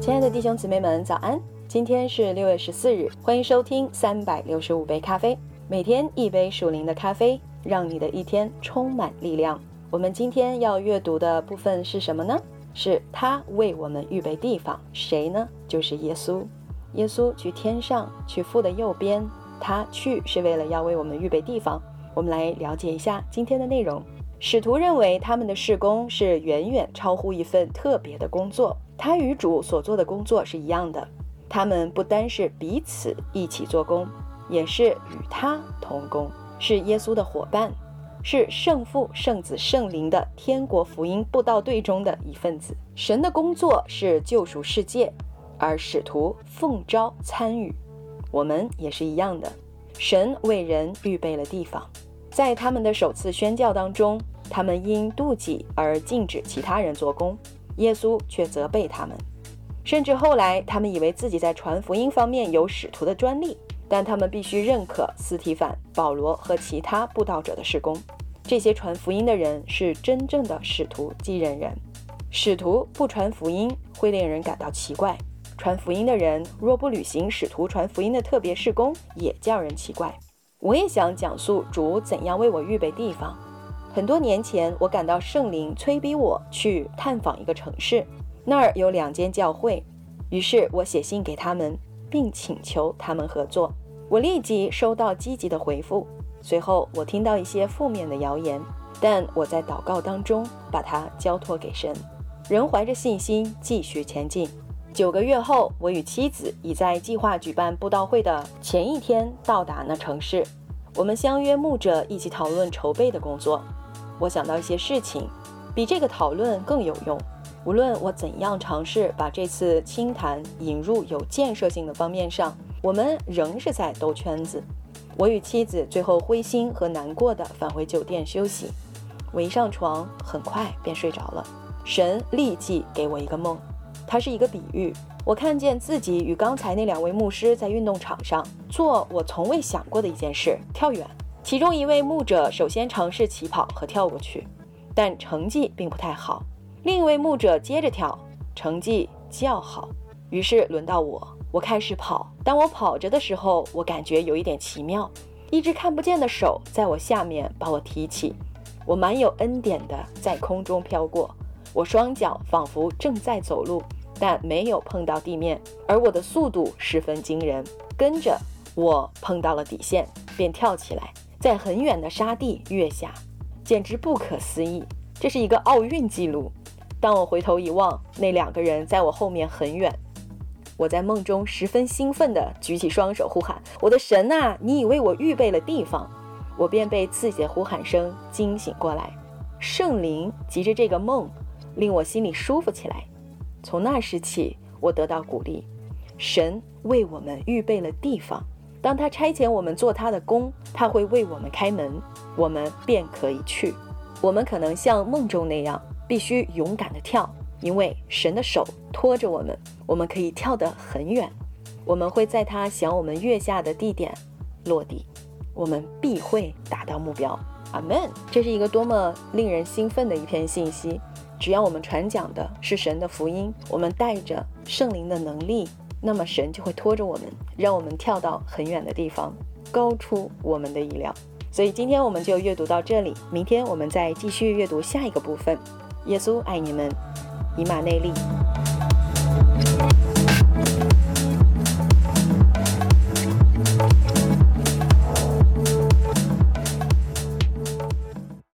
亲爱的弟兄姊妹们，早安！今天是6月14日，欢迎收听365杯咖啡，每天一杯属灵的咖啡，让你的一天充满力量。我们今天要阅读的部分是什么呢？是他为我们预备地方。谁呢？就是耶稣。耶稣去天上，去父的右边，他去是为了要为我们预备地方。我们来了解一下今天的内容。使徒认为他们的事工是远远超乎一份特别的工作，他与主所做的工作是一样的。他们不单是彼此一起做工，也是与他同工，是耶稣的伙伴，是圣父、圣子、圣灵的天国福音布道队中的一份子。神的工作是救赎世界，而使徒奉召参与。我们也是一样的，神为人预备了地方。在他们的首次宣教当中，他们因妒忌而禁止其他人做工，耶稣却责备他们。甚至后来他们以为自己在传福音方面有使徒的专利，但他们必须认可司提反、保罗和其他布道者的事工。这些传福音的人是真正的使徒继任人。使徒不传福音会令人感到奇怪，传福音的人若不履行使徒传福音的特别事工，也叫人奇怪。我也想讲述主怎样为我预备地方。很多年前，我感到圣灵催逼我去探访一个城市，那儿有2间教会，于是我写信给他们，并请求他们合作。我立即收到积极的回复，随后我听到一些负面的谣言，但我在祷告当中把它交托给神，仍怀着信心继续前进。9个月后，我与妻子已在计划举办布道会的前一天到达那城市。我们相约牧者一起讨论筹备的工作。我想到一些事情，比这个讨论更有用。无论我怎样尝试把这次倾谈引入有建设性的方面上，我们仍是在兜圈子。我与妻子最后灰心和难过地返回酒店休息。我一上床，很快便睡着了。神立即给我一个梦，它是一个比喻。我看见自己与刚才那2位牧师在运动场上做我从未想过的一件事，跳远。其中一位牧者首先尝试起跑和跳过去，但成绩并不太好。另一位牧者接着跳，成绩较好。于是轮到我开始跑。当我跑着的时候，我感觉有一点奇妙，一只看不见的手在我下面把我提起，我满有恩典的在空中飘过。我双脚仿佛正在走路，但没有碰到地面，而我的速度十分惊人。跟着我碰到了底线，便跳起来，在很远的沙地跃下，简直不可思议。这是一个奥运纪录。当我回头一望，那2个人在我后面很远。我在梦中十分兴奋地举起双手呼喊：我的神啊，你已为我预备了地方。我便被自己的呼喊声惊醒过来。圣灵藉着这个梦令我心里舒服起来。从那时起，我得到鼓励。神为我们预备了地方，当他差遣我们做他的工，他会为我们开门，我们便可以去。我们可能像梦中那样，必须勇敢地跳，因为神的手拖着我们，我们可以跳得很远。我们会在他想我们跃下的地点落地，我们必会达到目标。阿们。这是一个多么令人兴奋的一篇信息。只要我们传讲的是神的福音，我们带着圣灵的能力，那么神就会拖着我们，让我们跳到很远的地方，高出我们的意料。所以今天我们就阅读到这里，明天我们再继续阅读下一个部分。耶稣爱你们，以马内利。